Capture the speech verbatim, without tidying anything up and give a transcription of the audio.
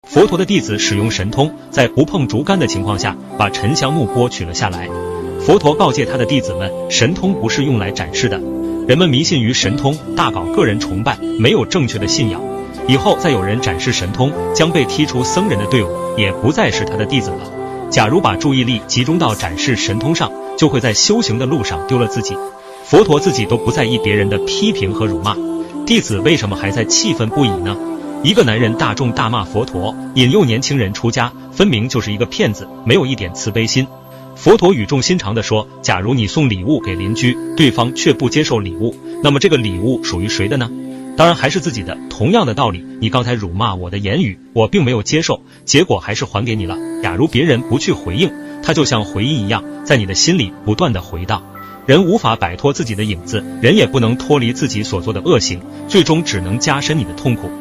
佛陀的弟子使用神通，在不碰竹竿的情况下，把沉香木钵取了下来。佛陀告诫他的弟子们，神通不是用来展示的。人们迷信于神通，大搞个人崇拜，没有正确的信仰。以后再有人展示神通，将被踢出僧人的队伍，也不再是他的弟子了。假如把注意力集中到展示神通上，就会在修行的路上丢了自己。佛陀自己都不在意别人的批评和辱骂，弟子为什么还在气愤不已呢？一个男人大众大骂佛陀，引诱年轻人出家，分明就是一个骗子，没有一点慈悲心。佛陀语重心长地说，假如你送礼物给邻居，对方却不接受礼物，那么这个礼物属于谁的呢？当然还是自己的。同样的道理，你刚才辱骂我的言语，我并没有接受，结果还是还给你了。假如别人不去回应，它就像回音一样，在你的心里不断地回荡。人无法摆脱自己的影子，人也不能脱离自己所做的恶行，最终只能加深你的痛苦。